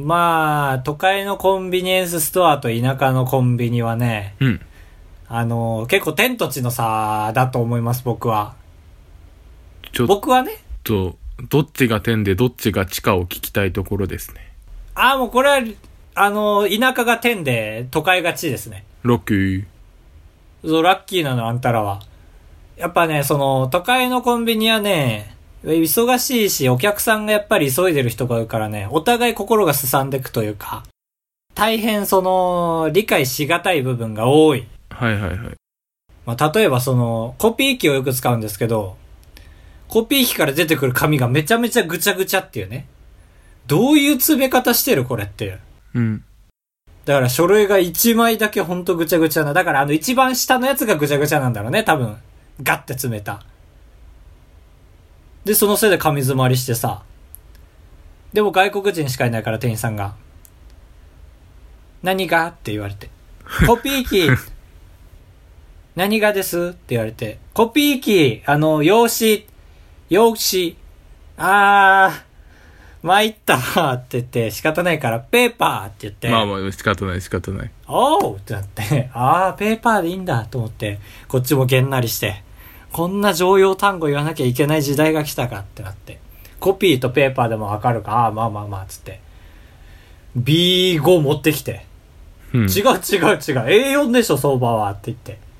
まあ、都会のコンビニエンスストアと田舎のコンビニはね、 うん。 結構天と地の差だと思います、僕は。 ちょっ僕はね。 と、どっちが天でどっちが地かを聞きたいところですね。 もうこれは、田舎が天で都会が地ですね。 ロッキー。 そう、ラッキーなの、あんたらは。やっぱね、都会のコンビニはね、忙しいし、お客さんがやっぱり急いでる人が多いからね、お互い心がすさんでいくというか、大変理解しがたい部分が多い。 はいはいはい。 まあ、例えばコピー機をよく使うんですけど、コピー機から出てくる紙がめちゃめちゃぐちゃぐちゃっていうね。どういう詰め方してるこれっていう。 うん。 だから書類が1枚だけほんとぐちゃぐちゃな。だから一番下のやつがぐちゃぐちゃなんだろうね、多分。ガッて詰めた。で、そのせいで紙詰まりしてさ。でも外国人しかいないから店員さんが。何がって言われて。コピー機何がですって言われて。コピー機、用紙。参ったわって言って、仕方ないから、ペーパーって言って。 まあまあ、仕方ない。 おーってなって、ペーパーでいいんだと思って、こっちもげんなりして、こんな常用単語言わなきゃいけない時代が来たかってなって、コピーとペーパーでもわかるか、まあ、つって、B5 持ってきて、 うん、 違う、A4 でしょ、相場はって言って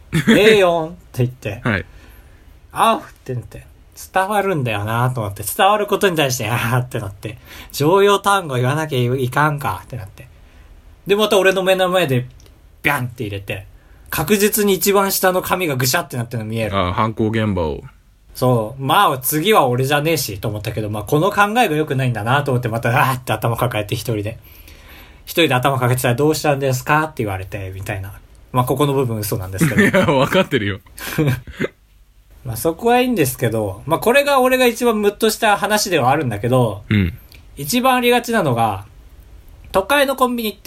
、A4 って言って、 はい。 ってなって、伝わるんだよなと思って、伝わることに対して、ってなって、常用単語言わなきゃいかんかってなって。で、また俺の目の前で、ビャンって入れて、確実に一番下の紙がぐしゃってなってるの見える。 犯行現場を。 そう。まあ、次は俺じゃねえし、と思ったけど、まあ、この考えが良くないんだなと思って、また、って頭抱えて一人で頭抱えてたらどうしたんですかって言われて、みたいな。まあ、ここの部分嘘なんですけど。 いや、わかってるよ。 まあ、そこはいいんですけど、まあ、これが俺が一番ムッとした話ではあるんだけど、 うん。 一番ありがちなのが、都会のコンビニって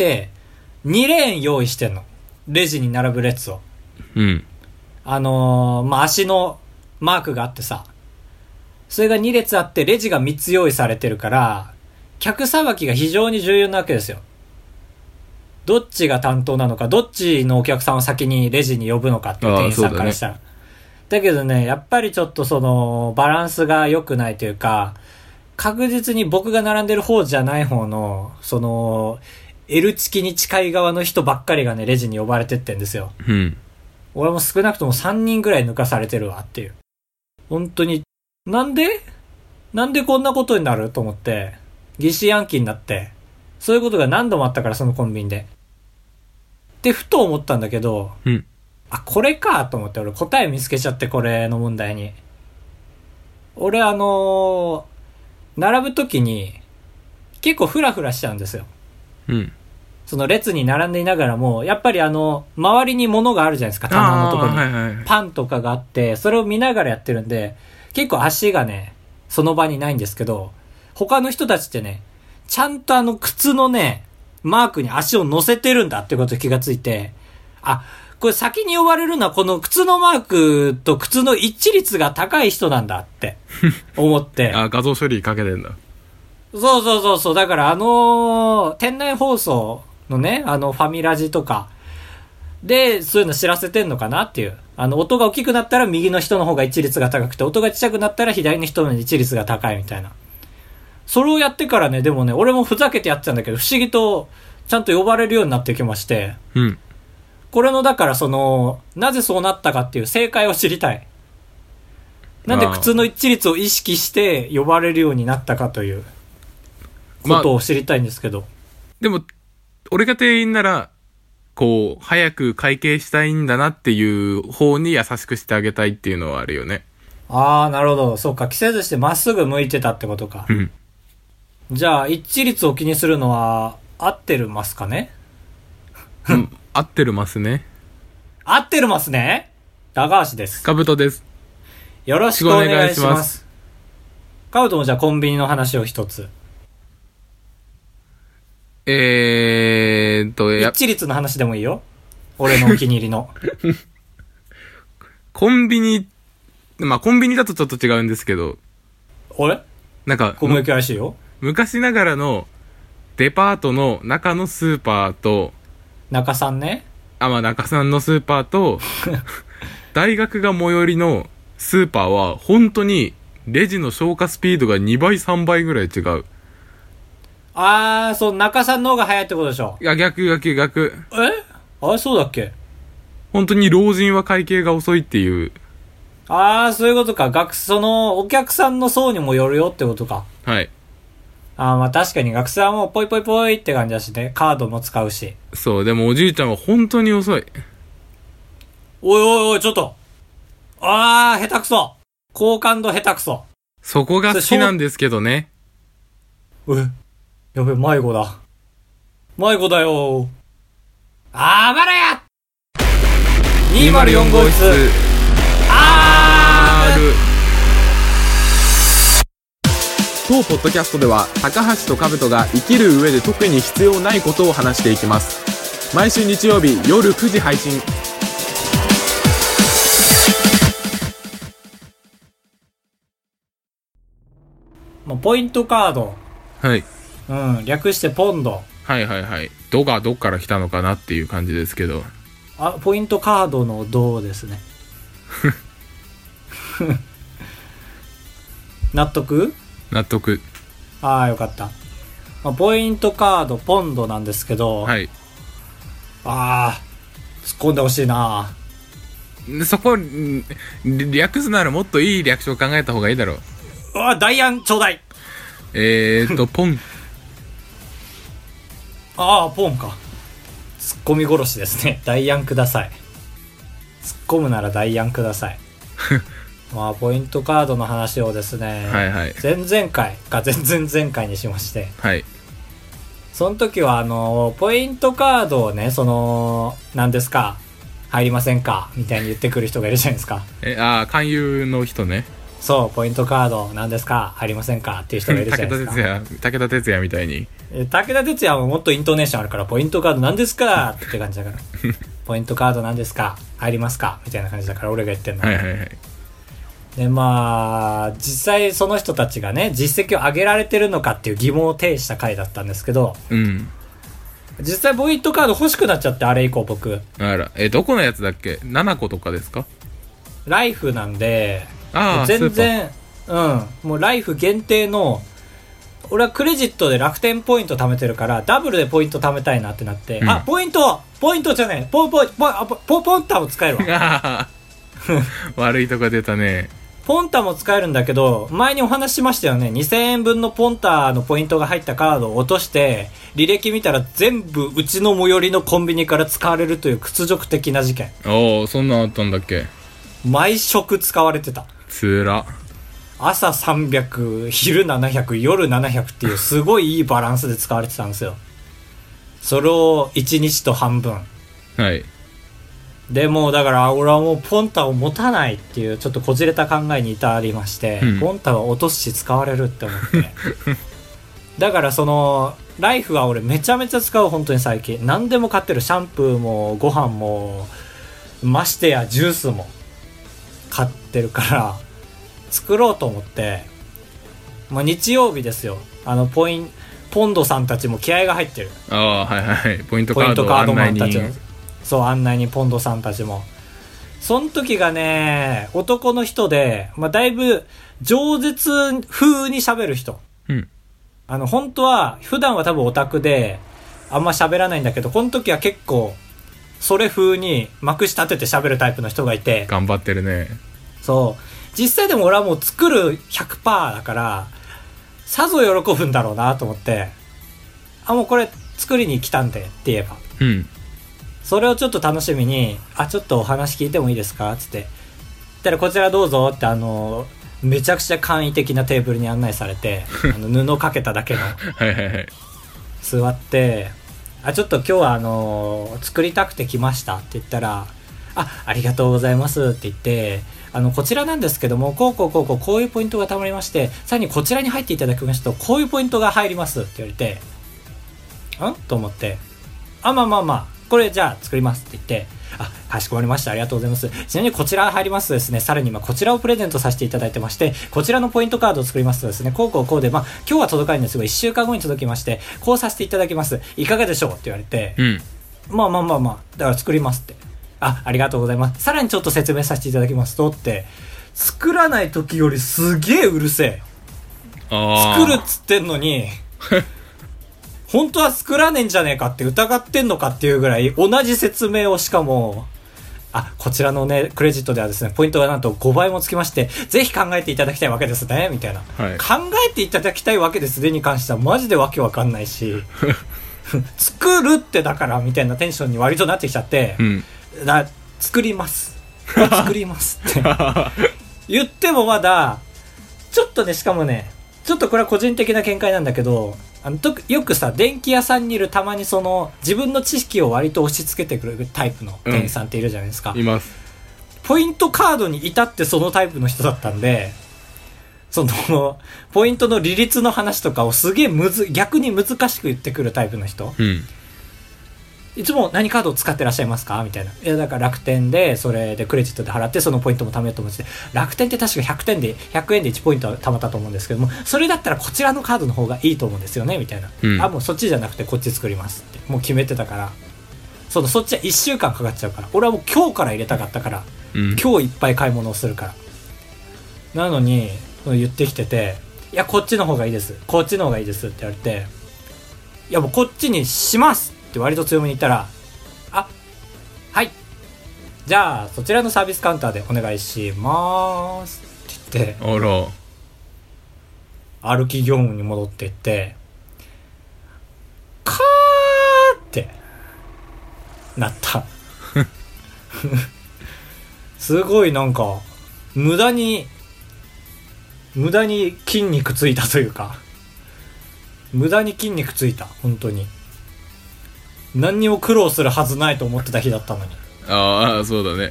、2レーン用意してんの。レジに並ぶ列を。 うん。 まあ、足のマークがあってさ、それが2列あってレジが3つ用意されてるから、客さばきが非常に重要なわけですよ。どっちが担当なのか、どっちのお客さんを先にレジに呼ぶのかっていう店員さんからしたら。だけどね、やっぱりちょっとバランスが良くないというか、確実に僕が並んでる方じゃない方の、L チキに近い側の人ばっかりがね、レジに呼ばれてってんですよ。 うん。 俺も少なくとも3人ぐらい抜かされてるわっていう。本当に、なんでこんなことになると思って、疑心暗鬼になって、そういうことが何度もあったから、そのコンビニで。で、ふと思ったんだけど、 うん。 これかと思って俺答え見つけちゃって、これの問題に。俺並ぶときに、結構フラフラしちゃうんですよ。 うん。 その列に並んでいながらも、やっぱり周りに物があるじゃないですか、棚のところに。 はいはいはい、 パンとかがあって、それを見ながらやってるんで、結構足がね、その場にないんですけど、他の人たちってね、ちゃんと靴のね、マークに足を乗せてるんだってことに気がついて、これ先に呼ばれるのはこの靴のマークと靴の一致率が高い人なんだって思って。 画像処理かけてんだ。 そう。だから店内放送のね、ファミラジとか、で、そういうの知らせてんのかなっていう。音が大きくなったら右の人の方が一致率が高くて、音が小さくなったら左の人の一致率が高いみたいな。それをやってからね、でもね、俺もふざけてやってたんだけど、不思議と、ちゃんと呼ばれるようになってきまして。 うん。 これの、だからなぜそうなったかっていう正解を知りたい。なんで靴の一致率を意識して呼ばれるようになったかということを知りたいんですけど。 でも、俺が店員なら、早く会計したいんだなっていう方に優しくしてあげたいっていうのはあるよね。 なるほど。そうか。着せずしてまっすぐ向いてたってことか。 うん。 じゃあ、一致率を気にするのは、合ってるますかね？ うん、合ってるますね。 合ってるますね？高橋です。 かぶとです。 よろしくお願いします。かぶともじゃあコンビニの話を一つ。一致率の話でもいいよ。俺のお気に入りの。 コンビニだとちょっと違うんですけど。 なんか、小麦怪しいよ。 昔ながらの、 デパートの中のスーパーと、 中さんね。 まあ中さんのスーパーと、大学が最寄りのスーパーは、本当にレジの消化スピードが2倍3倍ぐらい違う。 そう、中さんの方が早いってことでしょ。 いや、逆。 そうだっけ。 本当に老人は会計が遅いっていう。 そういうことか。その、お客さんの層にもよるよってことか。 はい。 まあ確かに学生はもうポイポイポイって感じだしね。カードも使うし。 そう、でもおじいちゃんは本当に遅い。 おい、ちょっと。下手くそ。好感度下手くそ。 そこが好きなんですけどね。 やべ、迷子だ。迷子だよ。あばらや !204 号室。 当ポッドキャストでは高橋と兜が生きる上で特に必要ないことを話していきます。毎週日曜日夜9時配信。 ポイントカード。 はい。 略してポンド。 はい。ドがどっから来たのかなっていう感じですけど。 ポイントカードのドですね。納得。よかった。ポイントカードポンドなんですけど。 はい。 突っ込んでほしいな。 そこ略すならもっといい略称考えた方がいいだろう。 ダイアンちょうだい。 ポン。 ポンか。ツッコミ殺しですね。ダイアンください。突っ込むならダイアンください。ポイントカードの話をですね、前々回か前々前回にしまして、その時はポイントカードをね、何ですか入りませんかみたいに言ってくる人がいるじゃないですか。 勧誘の人ね。 そう、ポイントカード何ですか入りませんかっていう人がいるじゃないですか。 武田鉄矢みたいに。 武田鉄矢ももっとイントネーションあるから、ポイントカード何ですかって感じだから。ポイントカード何ですか入りますかみたいな感じだから俺が言ってんの。で実際その人たちがね実績を上げられてるのかっていう疑問を呈した回だったんですけど、実際ポイントカード欲しくなっちゃって、あれ以降僕。 どこのやつだっけ？7個とかですか？ ライフなんで、全然もうライフ限定の、俺はクレジットで楽天ポイント貯めてるからダブルでポイント貯めたいなってなって、ポイントじゃねえ、ポンタも使えるわ。 悪いとこ出たね。 ポンタも使えるんだけど、前にお話ししましたよね。2000円分のポンタのポイントが入ったカードを落として履歴見たら全部うちの最寄りのコンビニから使われるという屈辱的な事件。 そんなんあったんだっけ？ 毎食使われてた。 つら。 朝300、昼700、夜700っていうすごいいいバランスで使われてたんですよ。それを1日と半分。でもうだから俺はもうポンタを持たないっていうちょっとこじれた考えに至りまして、ポンタは落とすし使われるって思ってだからライフは俺めちゃめちゃ使う。本当に最近何でも買ってる。シャンプーもご飯もましてやジュースも買ってるから作ろうと思って、日曜日ですよ。ポンドさんたちも気合が入ってる。 ポイントカードマンたちも案内にポンドさんたちも。その時がね、男の人で、だいぶ饒舌風に喋る人。本当は、普段は多分オタクで、あんま喋らないんだけど、この時は結構、それ風にまくし立てて喋るタイプの人がいて。 頑張ってるね。 そう。実際でも俺はもう作る 100% だから、さぞ喜ぶんだろうなと思って、もうこれ作りに来たんでって言えば。それをちょっと楽しみに、ちょっとお話聞いてもいいですかつって。言ったらこちらどうぞってめちゃくちゃ簡易的なテーブルに案内されて、布かけただけの。座って、ちょっと今日は作りたくて来ましたって言ったら、ありがとうございますって言って、こちらなんですけども、こういうポイントが貯まりまして、さらにこちらに入っていただきますと、こういうポイントが入りますって言われて、と思って、 これじゃあ作りますって言って、あ、かしこまりました。ありがとうございます。ちなみにこちら入りますとですね、さらに今こちらをプレゼントさせていただいてまして、こちらのポイントカードを作りますとですね、こうで、今日は届かないんですが、1週間後に届きまして、こうさせていただきます。いかがでしょうって言われて、まあ、だから作りますって。ありがとうございます。さらにちょっと説明させていただきますとって、作らない時よりすげえうるせえ。作るっつってんのに、本当は作らねえんじゃねえかって疑ってんのかっていうぐらい同じ説明をしかも、こちらのね、クレジットではですね、ポイントがなんと5倍もつきまして、ぜひ考えていただきたいわけですね、みたいな。 はい、 考えていただきたいわけですでに関してはマジでわけわかんないし、作るってだからみたいなテンションに割となってきちゃって、作ります。作りますって。言ってもまだ、ちょっとね、しかもね、ちょっとこれは個人的な見解なんだけど、よくさ、電気屋さんにいるたまにその、自分の知識を割と押し付けてくるタイプの店員さんっているじゃないですか。 います。 ポイントカードに至ってそのタイプの人だったんで、その、ポイントの利率の話とかをすげえ逆に難しく言ってくるタイプの人。いつも何カードを使ってらっしゃいますかみたいな。いや、だから楽天で、それでクレジットで払って、そのポイントも貯めようと思って、楽天って確か100円で1ポイント貯まったと思うんですけども、それだったらこちらのカードの方がいいと思うんですよねみたいな。もうそっちじゃなくてこっち作りますって。もう決めてたから。そっちは1週間かかっちゃうから。俺はもう今日から入れたかったから。今日いっぱい買い物をするから。なのに、言ってきてて、いや、こっちの方がいいです。こっちの方がいいですって言われて、いや、もうこっちにしますって割と強めに言ったら、はい。じゃあ、そちらのサービスカウンターでお願いしますって言って、歩き業務に戻ってって、カーってなった。すごいなんか、無駄に筋肉ついたというか、無駄に筋肉ついた、本当に。何にも苦労するはずないと思ってた日だったのに。 そうだね。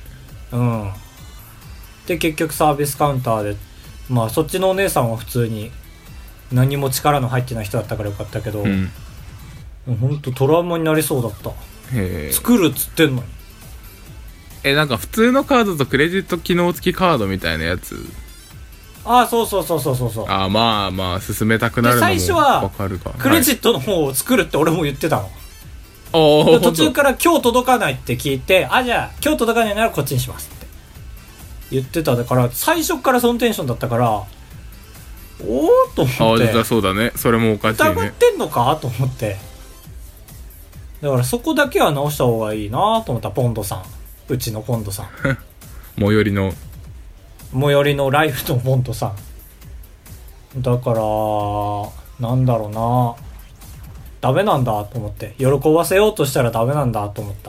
で、結局サービスカウンターで、まあそっちのお姉さんは普通に何も力の入ってない人だったからよかったけど、ほんとトラウマになりそうだった。作るっつってんのに。 なんか普通のカードとクレジット機能付きカードみたいなやつ。 そう。 まあ進めたくなるのも最初はクレジットの方を作るって俺も言ってたの。途中から今日届かないって聞いて、じゃあ今日届かないならこっちにしますって言ってた。だから最初からそのテンションだったから、おーと思って。 そうだね。それもおかしいね。 疑ってんのかと思って。だからそこだけは直した方がいいなと思った。ポンドさん、うちのポンドさん。 最寄りのライフのポンドさんだから、なんだろうな、ダメなんだと思って、喜ばせようとしたらダメなんだと思った。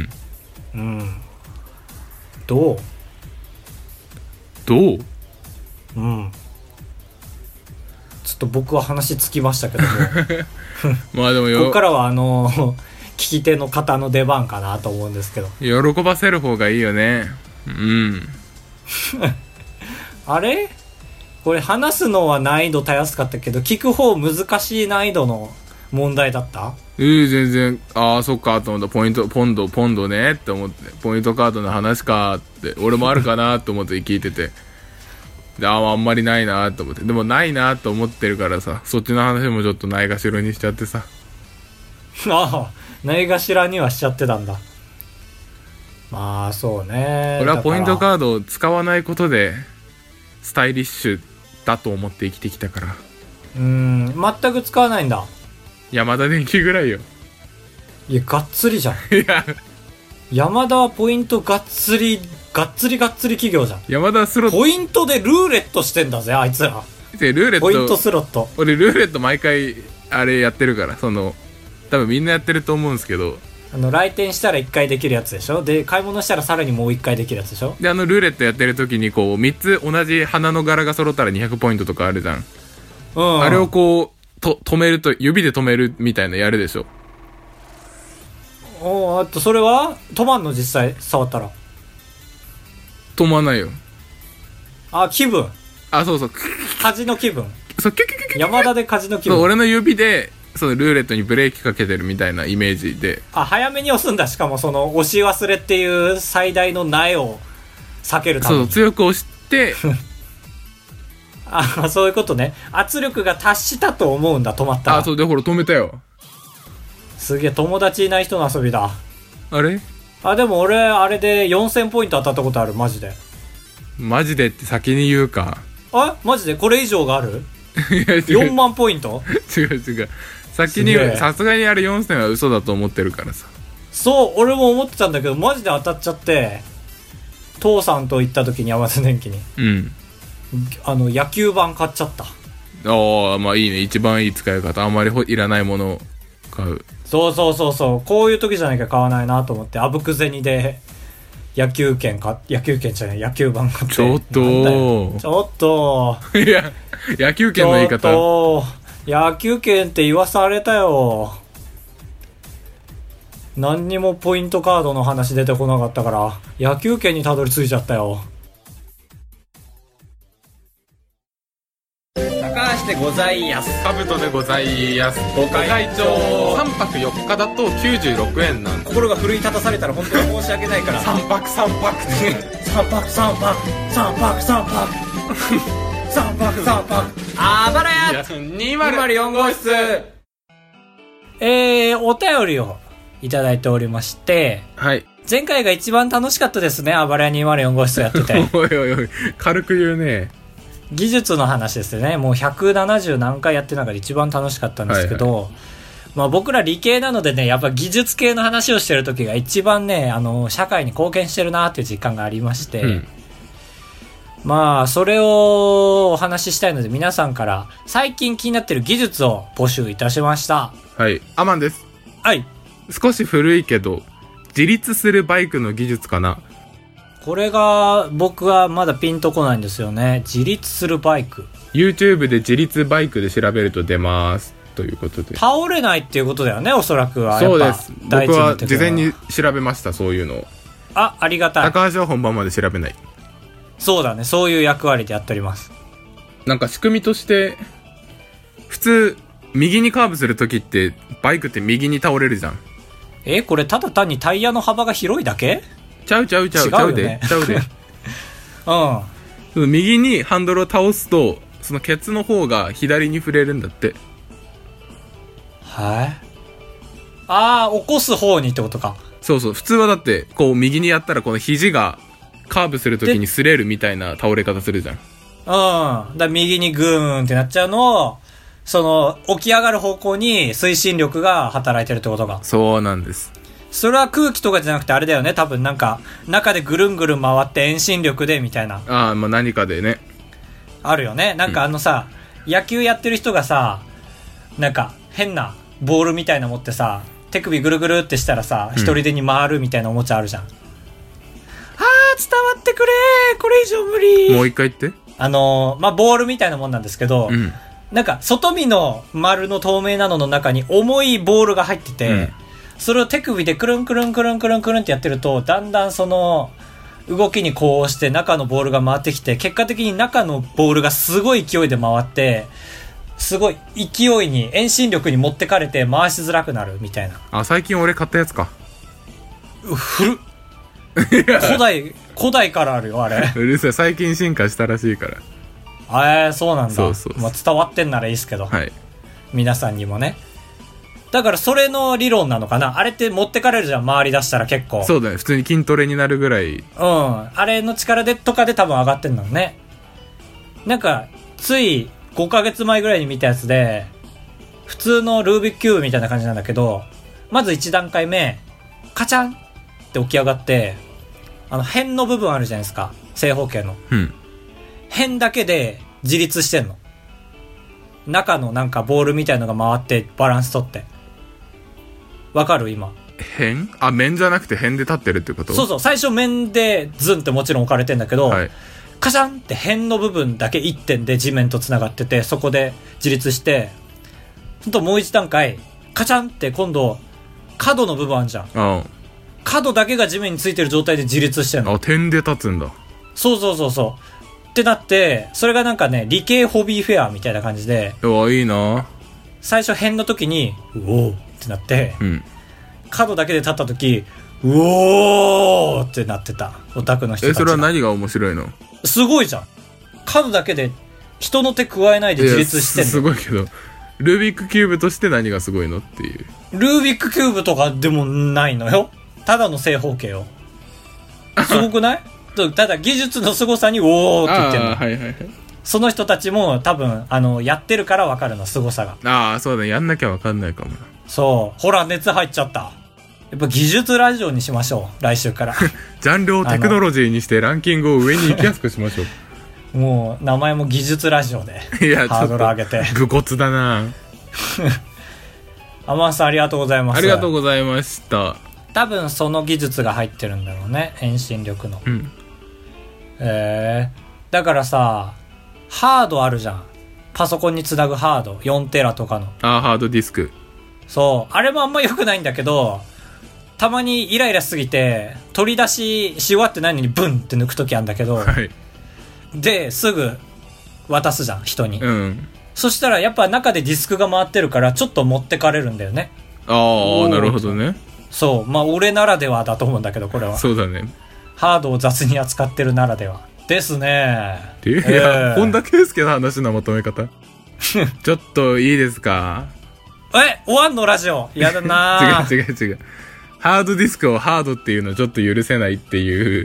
どうちょっと僕は話つきましたけどもまあでもここからは聞き手の方の出番かなと思うんですけど、 喜ばせる方がいいよね。 あれこれ話すのは難易度たやすかったけど、聞く方難しい難易度の問題だった？ 全然、そっかと思った。ポンドねって思って、ポイントカードの話かって、俺もあるかなと思って聞いてて、で、あんまりないなと思って、でもないなと思ってるからさ、そっちの話もちょっとないがしろにしちゃってさ。 ないがしらにはしちゃってたんだ。まあそうね。 俺はポイントカードを使わないことでスタイリッシュだと思って生きてきたから。 全く使わないんだ。 山田電機ぐらいよ。 いや、がっつりじゃん。 いや、 山田はポイントがっつり企業じゃん。 山田スロット。 ポイントでルーレットしてんだぜ、あいつら。 ルーレット。 ポイントスロット。 俺、ルーレット毎回、あれやってるから、多分みんなやってると思うんですけど。 来店したら1回できるやつでしょ。で、買い物したらさらにもう1回できるやつでしょ。 で、ルーレットやってる時に3つ同じ花の柄が揃ったら200ポイントとかあるじゃん。あれを止めると、指で止めるみたいなやるでしょ。 それは止まんの？実際触ったら止まんないよ。 気分。 そうカジノ気分。 そう、 山田でカジノ気分。 俺の指でそのルーレットにブレーキかけてるみたいなイメージで。 あ、早めに押すんだ。しかもその押し忘れっていう最大の苗を避けるために。 そう、強く押してあ、そういうことね。圧力が達したと思うんだ、止まったら。 あ、そうで、ほら止めたよ。 すげえ、友達いない人の遊びだ。 あれあ、でも俺、あれで4000ポイント当たったことある、マジで。 マジでって先に言うか。 あ、マジでこれ以上があるいや違う ?4 万ポイント違う先に言う。さすがにあれ4000は嘘だと思ってるからさ。 そう、俺も思ってたんだけど、マジで当たっちゃって、父さんと行った時に山瀬電機に。 うん。 野球盤買っちゃった。 ああ、まあいいね。一番いい使い方。あんまりいらないものを買う。 そう。こういう時じゃなきゃ買わないなと思って、あぶく銭で野球券じゃない、野球盤買って。 ちょっといや、野球券の言い方。 野球券って言わされたよ。何にもポイントカードの話出てこなかったから、野球券にたどり着いちゃったよ。高橋でございやす。 カブトでございます。ご会長3泊4日だと96円なんで。 心が奮い立たされたら本当に申し訳ないから。 3泊3泊あばらや 204号室。 お便りをいただいておりまして、 はい。 前回が一番楽しかったですね。あばらや204号室やってて。 おい、軽く言うね。 技術の話ですね。もう170何回やってる中で一番楽しかったんですけど、まあ僕ら理系なのでね、やっぱ技術系の話をしてる時が一番ね、社会に貢献してるなっていう実感がありまして、まあそれをお話ししたいので、皆さんから最近気になってる技術を募集いたしました。 はい。アマンです。 はい。 少し古いけど、自立するバイクの技術かな。 これが僕はまだピンとこないんですよね。自立するバイク。 YouTube で自立バイクで調べると出ますということで。 倒れないっていうことだよね、おそらくは。 そうです。僕は事前に調べました、そういうのを。 ありがたい。 高橋は本番まで調べない。 そうだね、そういう役割でやっております。 なんか仕組みとして、普通右にカーブするときってバイクって右に倒れるじゃん。 これただ単にタイヤの幅が広いだけ？ ちゃうで。うん。右にハンドルを倒すと、そのケツの方が左に触れるんだって。 はい。起こす方にってことか。 そう。普通はだって、こう右にやったらこの肘がカーブするときに擦れるみたいな倒れ方するじゃん。 だ右にグーンってなっちゃうのを、その、起き上がる方向に推進力が働いてるってことか。 そうなんです。 それは空気とかじゃなくてあれだよね。多分なんか、中でぐるんぐるん回って遠心力でみたいな。 まあ何かでね。 あるよね。なんか野球やってる人がさ、なんか変なボールみたいな持ってさ、手首ぐるぐるってしたらさ、一人でに回るみたいなおもちゃあるじゃん。伝わってくれー、これ以上無理。 もう一回言って。 まあ、ボールみたいなもんなんですけど、なんか外見の丸の透明なのの中に重いボールが入ってて、それを手首でくるんくるんくるんくるんくるんってやってると、だんだんその動きにこうして中のボールが回ってきて、結果的に中のボールがすごい勢いで回って、すごい勢いに遠心力に持ってかれて回しづらくなるみたいな。 最近俺買ったやつか。 古っ。古代からあるよあれ。 うるさい、最近進化したらしいから。 そうなんだ。 そう。 まあ、伝わってんならいいですけど、 はい。 皆さんにもね。だからそれの理論なのかな。あれって持ってかれるじゃん、回り出したら結構。 そうだね、普通に筋トレになるぐらい。 あれの力でとかで多分上がってんのね。なんかつい5ヶ月前ぐらいに見たやつで、普通のルービックキューブみたいな感じなんだけど、まず1段階目カチャンって起き上がって、辺の部分あるじゃないですか、正方形の、辺だけで自立してんの。中のなんかボールみたいのが回ってバランス取って。わかる今。 辺？面じゃなくて辺で立ってるってこと？ そう、最初面でズンってもちろん置かれてんだけど、カシャンって辺の部分だけ1点で地面と繋がってて、そこで自立して、ほんともう一段階カチャンって今度角の部分あるじゃん。角だけが地面についてる状態で自立してんの。 点で立つんだ。 そうってなって、それがなんかね、理系ホビーフェアみたいな感じで。 いいな。 最初辺の時にうおーってなって、 うん。 角だけで立った時うおーってなってた、オタクの人たちが。 それは何が面白いの？ すごいじゃん。角だけで人の手加えないで自立してんの。 すごいけど、ルービックキューブとして何がすごいのっていう。 ルービックキューブとかでもないのよ。ただの正方形よ。すごくない？ただ技術の凄さにおーって言ってんの。 はいはいはい。 その人たちも多分やってるから分かるの、凄さが。 ああ、そうだ、やんなきゃ分かんないかもな。 そう。ほら、熱入っちゃった。やっぱ技術ラジオにしましょう、来週から。 ジャンルをテクノロジーにしてランキングを上に行きやすくしましょう。 もう、名前も技術ラジオで。 いや、 ハードル上げて。 武骨だな。 アマンさんありがとうございます。 ありがとうございました。 多分その技術が入ってるんだろうね、遠心力の。 うん。 だからさ、ハードあるじゃん。パソコンにつなぐハード。4テラとかの。 ハードディスク。 そう。あれもあんま良くないんだけど、たまにイライラしすぎて、取り出しし終わってないのにブンって抜くときあるんだけど、 はい。 で、すぐ渡すじゃん、人に。 うん。 そしたらやっぱ中でディスクが回ってるから、ちょっと持ってかれるんだよね。 ああ、なるほどね。 そう。まあ、俺ならではだと思うんだけど、これは。 そうだね。 ハードを雑に扱ってるならでは。ですね。 いや、本田圭佑の話のまとめ方。ちょっといいですか？ 終わんのラジオ。やだな違う。ハードディスクをハードっていうのちょっと許せないっていう。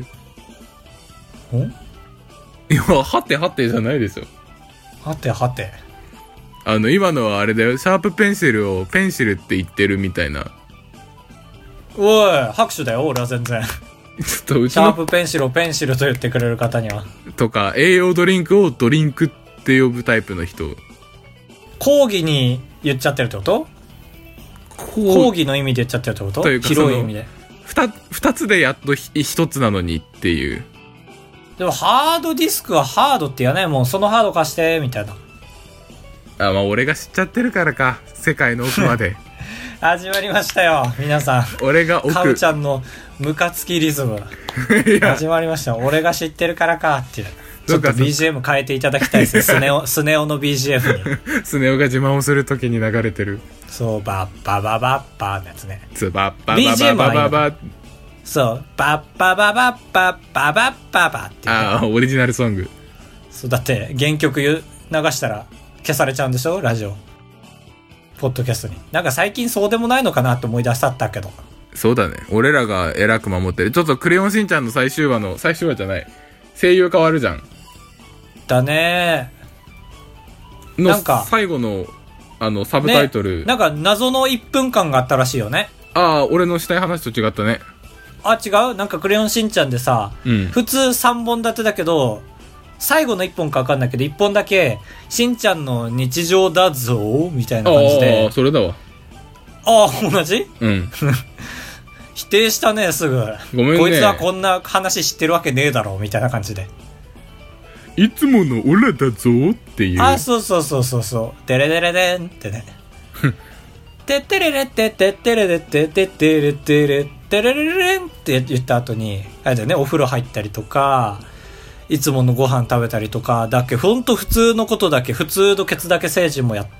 いや、はてじゃないでしょ。 はて。 今のはあれだよ。シャープペンシルをペンシルって言ってるみたいな。 おい、拍手だよ、俺は全然。 ちょっとうちシャーのプペンシルをペンシルと言ってくれる方には。 とか、栄養ドリンクをドリンクって呼ぶタイプの人。 講義に言っちゃってるってこと？講義の意味で言っちゃってるってこと？ というか広い意味で。 二つでやっと一つなのにっていう。 でもハードディスクはハードって言わないもん。そのハード貸して、みたいな。 まあ俺が知っちゃってるからか。世界の奥まで。 始まりましたよ、皆さん。 俺がカウちゃんのムカつきリズム。始まりました。俺が知ってるからかっていう。ちょっと BGM 変えていただきたいですね。スネ夫の BGM に。 スネ夫が自慢をするときに流れてる。 そう、バッバババッバーのやつね。 バッバババババ。 そう、バッバババッバッババッババっていう、 ね。オリジナルソング。 そう、だって原曲流したら消されちゃうんでしょ、ラジオ。ポッドキャストに。なんか最近そうでもないのかなって思い出したったけど。 そうだね。俺らが偉く守ってる。ちょっとクレヨンしんちゃんの最終話じゃない。声優変わるじゃん。 だねー。なんか最後のサブタイトル、 ね、なんか謎の1分間があったらしいよね。 俺のしたい話と違ったね。 違う？なんかクレヨンしんちゃんでさ、普通3本立てだけど、最後の1本か分かんないけど、1本だけ、しんちゃんの日常だぞみたいな感じで。 それだわ。 同じ？ うん。 否定したね、すぐ。 ごめんね。 こいつはこんな話知ってるわけねえだろ、みたいな感じで。 いつものオラだぞっていう。 そう。テレレレレンってね。てってれれってってってれれってってってれってれってれれれんって言った後に、あれだよね、お風呂入ったりとか、いつものご飯食べたりとか、だけ、ほんと普通のことだけ、普通のケツだけ成人もやって、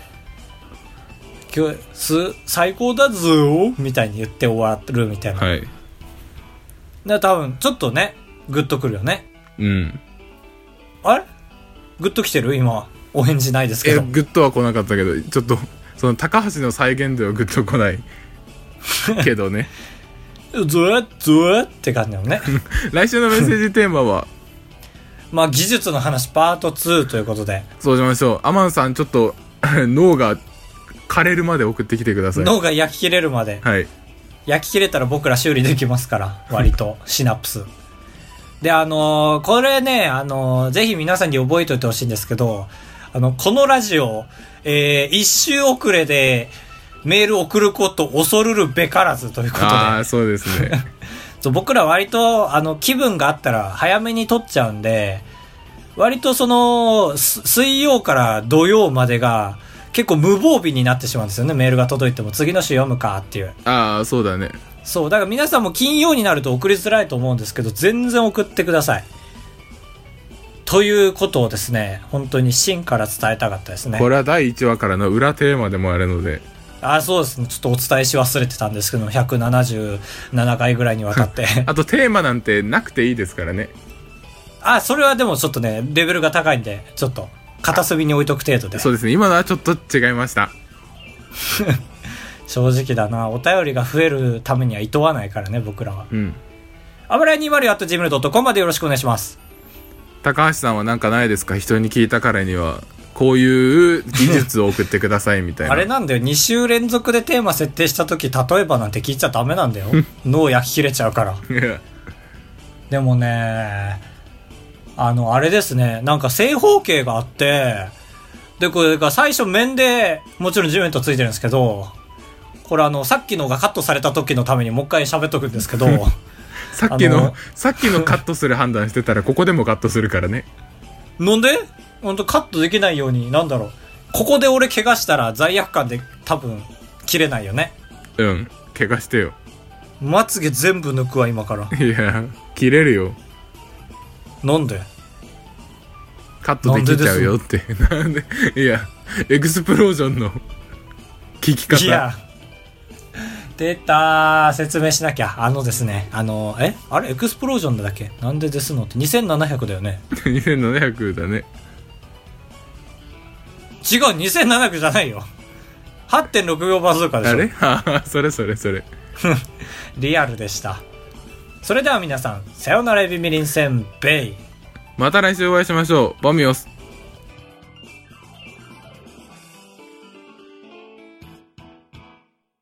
今日、最高だぞみたいに言って終わるみたいな。 はい。 で、多分、ちょっとね、グッとくるよね。あれグッと来てる？今、お返事ないですけど。 グッとは来なかったけど、ちょっと、その高橋の再現ではグッと来ない。けどね。 ずーって感じだよね。 来週のメッセージテーマはまあ、技術の話パート2ということで。 そうしましょう。アマンさん、ちょっと、脳が枯れるまで送ってきてください。 脳が焼き切れるまで。 はい。 焼き切れたら僕ら修理できますから、割と、シナプス。で、これね、ぜひ皆さんに覚えておいてほしいんですけど、このラジオ、一周遅れでメール送ること恐るるべからずということで。 そうですね。 そう、僕ら割と、気分があったら早めに撮っちゃうんで、割と水曜から土曜までが結構無防備になってしまうんですよね。メールが届いても次の週読むかっていう。 そうだね。 そう、だから皆さんも金曜になると送りづらいと思うんですけど、全然送ってください。 ということをですね、本当に芯から伝えたかったですね。 これは第1話からの裏テーマでもあるので。 そうですね。ちょっとお伝えし忘れてたんですけども、177回ぐらいにわたって。 あとテーマなんてなくていいですからね。 それはでもちょっとね、レベルが高いんで、ちょっと、片隅に置いとく程度で。 そうですね。今のはちょっと違いました。 正直だな。お便りが増えるためには厭わないからね、僕らは。 うん。 あばらや 20@gmail.com までよろしくお願いします。 高橋さんはなんかないですか？人に聞いたからには。こういう技術を送ってくださいみたいな。 あれなんだよ、2週連続でテーマ設定した時、例えばなんて聞いちゃダメなんだよ。脳焼き切れちゃうから。でもね、あれですね、なんか正方形があって、で、これが最初面で、もちろん地面とついてるんですけど、これさっきのがカットされた時のためにもう一回喋っとくんですけど、 さっきのカットする判断してたら、ここでもカットするからね。 なんでほんとカットできないように、なんだろう。ここで俺怪我したら罪悪感で多分切れないよね。 うん。怪我してよ。 まつげ全部抜くわ、今から。 いや、切れるよ。 なんでカットできちゃうよって。なんでいや、エクスプロージョンの聞き方。 いや、出たー。説明しなきゃ。ですね、あれエクスプロージョンだっけ？なんでですのって2700だよね。 2700だね。 違う、2700じゃないよ。8.6 秒バズーカでしょ。 あれそれ。 リアルでした。それでは皆さん、さよならエビみりんせんべい。 また来週お会いしましょう。バミオス。